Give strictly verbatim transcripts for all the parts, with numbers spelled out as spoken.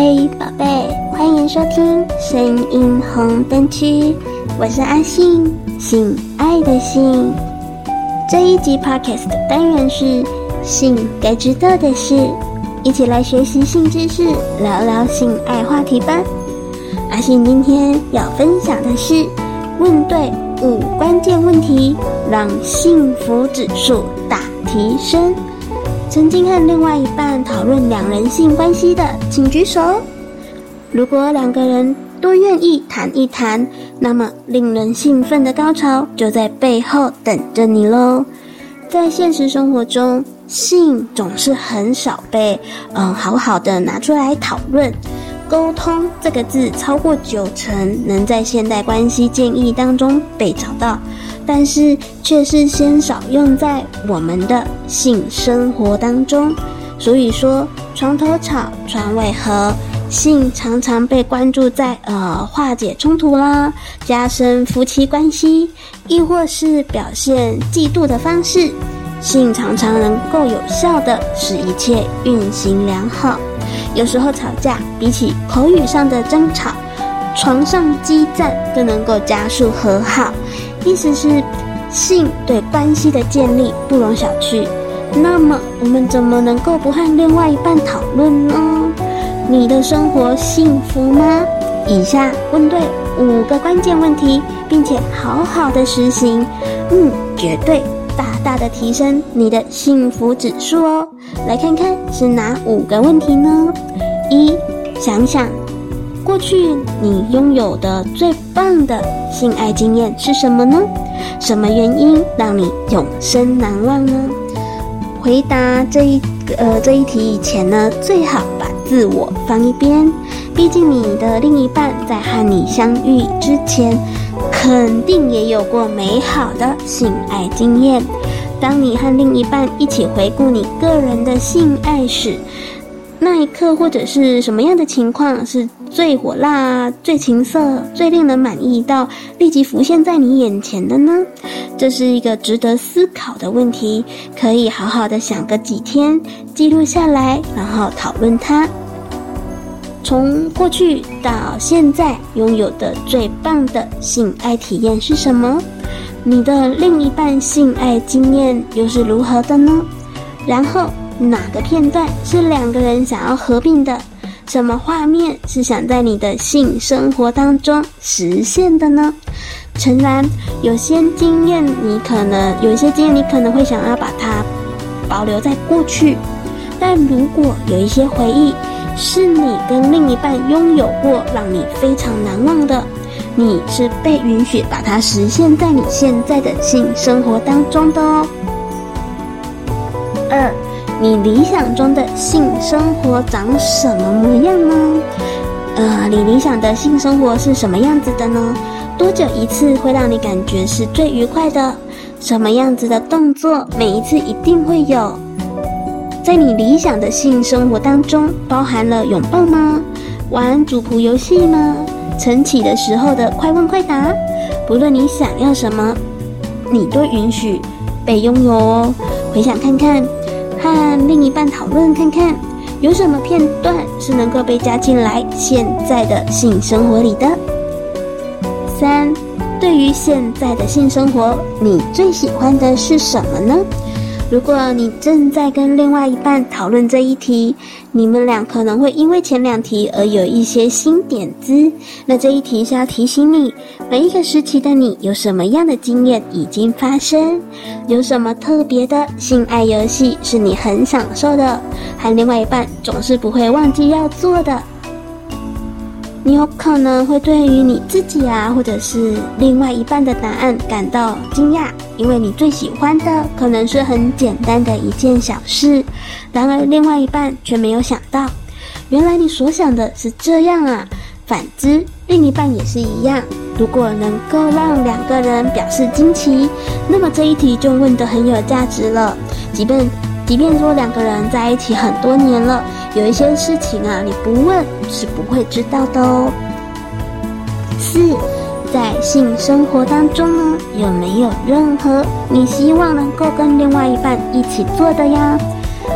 嘿，宝贝，欢迎收听声音红灯区，我是阿信，性爱的性。这一集 Podcast 的单元是性该知道的事，一起来学习性知识，聊聊性爱话题吧。阿信今天要分享的是问对五关键问题，让幸福指数大提升。曾经和另外一半讨论两人性关系的，请举手。如果两个人都愿意谈一谈，那么令人兴奋的高潮就在背后等着你咯。在现实生活中，性总是很少被嗯好好的拿出来讨论。沟通这个字超过九成能在现代关系建议当中被找到，但是却是鲜少用在我们的性生活当中。所以说床头吵床尾和，性常常被关注在呃化解冲突啦，加深夫妻关系，亦或是表现嫉妒的方式。性常常能够有效的使一切运行良好。有时候吵架比起口语上的争吵，床上激战更能够加速和好。意思是性对关系的建立不容小觑。那么我们怎么能够不和另外一半讨论呢？你的生活幸福吗？以下问对五个关键问题，并且好好的实行，嗯，绝对大大的提升你的幸福指数哦。来看看是哪五个问题呢？一，想想过去你拥有的最棒的性爱经验是什么呢？什么原因让你永生难忘呢？回答这一呃这一题以前呢，最好把自我放一边，毕竟你的另一半在和你相遇之前，肯定也有过美好的性爱经验。当你和另一半一起回顾你个人的性爱史，那一刻或者是什么样的情况是最火辣、最情色、最令人满意到立即浮现在你眼前的呢？这是一个值得思考的问题，可以好好的想个几天，记录下来，然后讨论它。从过去到现在拥有的最棒的性爱体验是什么？你的另一半性爱经验又是如何的呢？然后哪个片段是两个人想要合并的？什么画面是想在你的性生活当中实现的呢？诚然，有些经验你可能有一些经验你可能会想要把它保留在过去，但如果有一些回忆是你跟另一半拥有过让你非常难忘的，你是被允许把它实现在你现在的性生活当中的哦。二，你理想中的性生活长什么模样呢？呃，你理想的性生活是什么样子的呢？多久一次会让你感觉是最愉快的？什么样子的动作每一次一定会有？在你理想的性生活当中，包含了拥抱吗？玩主仆游戏吗？晨起的时候的快问快答？不论你想要什么，你都允许被拥有哦。回想看看，和另一半讨论看看，有什么片段是能够被加进来现在的性生活里的。三，对于现在的性生活，你最喜欢的是什么呢？如果你正在跟另外一半讨论这一题，你们俩可能会因为前两题而有一些新点子。那这一题是要提醒你，每一个时期的你有什么样的经验已经发生，有什么特别的性爱游戏是你很享受的，和另外一半总是不会忘记要做的。你有可能会对于你自己啊，或者是另外一半的答案感到惊讶，因为你最喜欢的可能是很简单的一件小事，然而另外一半却没有想到，原来你所想的是这样啊。反之，另一半也是一样。如果能够让两个人表示惊奇，那么这一题就问得很有价值了。即便即便说两个人在一起很多年了，有一些事情啊，你不问是不会知道的哦。四，在性生活当中呢，有没有任何你希望能够跟另外一半一起做的呀？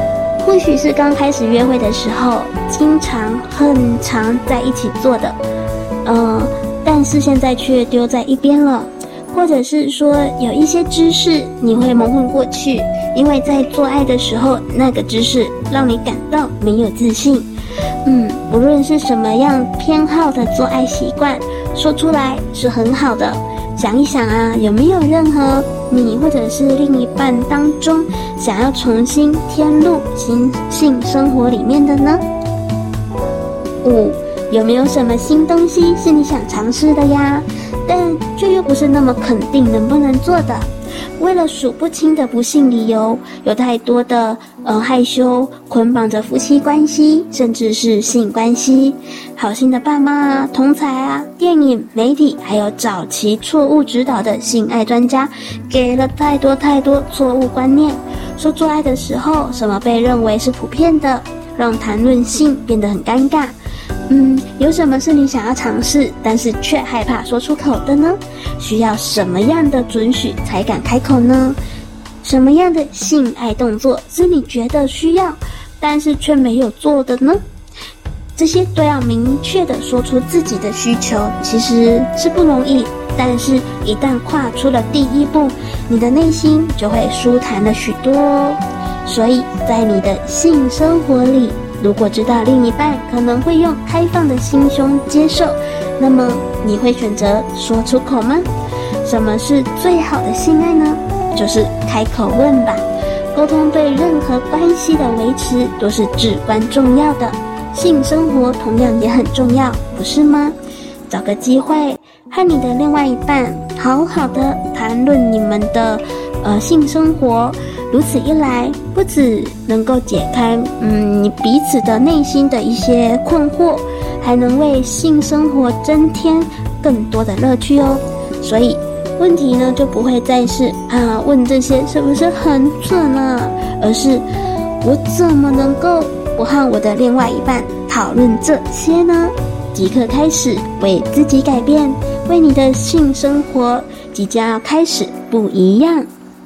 或许是刚开始约会的时候，经常很常在一起做的，呃，但是现在却丢在一边了。或者是说有一些知识你会蒙混过去，因为在做爱的时候，那个知识让你感到没有自信。嗯，不论是什么样偏好的做爱习惯，说出来是很好的。想一想啊，有没有任何你或者是另一半当中想要重新添入新性生活里面的呢？五，有没有什么新东西是你想尝试的呀？但却又不是那么肯定能不能做的，为了数不清的不幸理由，有太多的呃害羞捆绑着夫妻关系，甚至是性关系。好心的爸妈啊、同侪啊、电影、媒体，还有早期错误指导的性爱专家，给了太多太多错误观念，说做爱的时候什么被认为是普遍的，让谈论性变得很尴尬。嗯，有什么是你想要尝试，但是却害怕说出口的呢？需要什么样的准许才敢开口呢？什么样的性爱动作是你觉得需要，但是却没有做的呢？这些都要明确的说出自己的需求，其实是不容易，但是一旦跨出了第一步，你的内心就会舒坦了许多哦。所以在你的性生活里，如果知道另一半可能会用开放的心胸接受，那么你会选择说出口吗？什么是最好的性爱呢？就是开口问吧。沟通对任何关系的维持都是至关重要的，性生活同样也很重要，不是吗？找个机会和你的另外一半好好的谈论你们的呃性生活，如此一来，不只能够解开嗯你彼此的内心的一些困惑，还能为性生活增添更多的乐趣哦。所以问题呢就不会再是啊问这些是不是很蠢啊，而是我怎么能够不和我的另外一半讨论这些呢？即刻开始为自己改变，为你的性生活即将要开始不一样。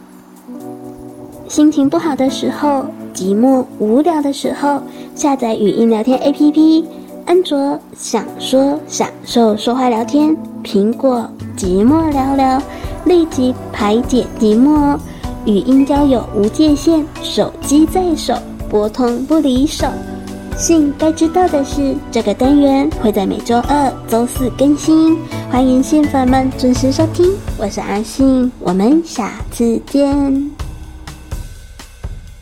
心情不好的时候，寂寞无聊的时候，下载语音聊天 A P P， 安卓想说享受说话聊天，苹果寂寞聊聊，立即排解寂寞哦。语音交友无界限，手机在手，拨通不离手。性该知道的是，这个单元会在每周二、周四更新，欢迎性粉们准时收听。我是阿信，我们下次见。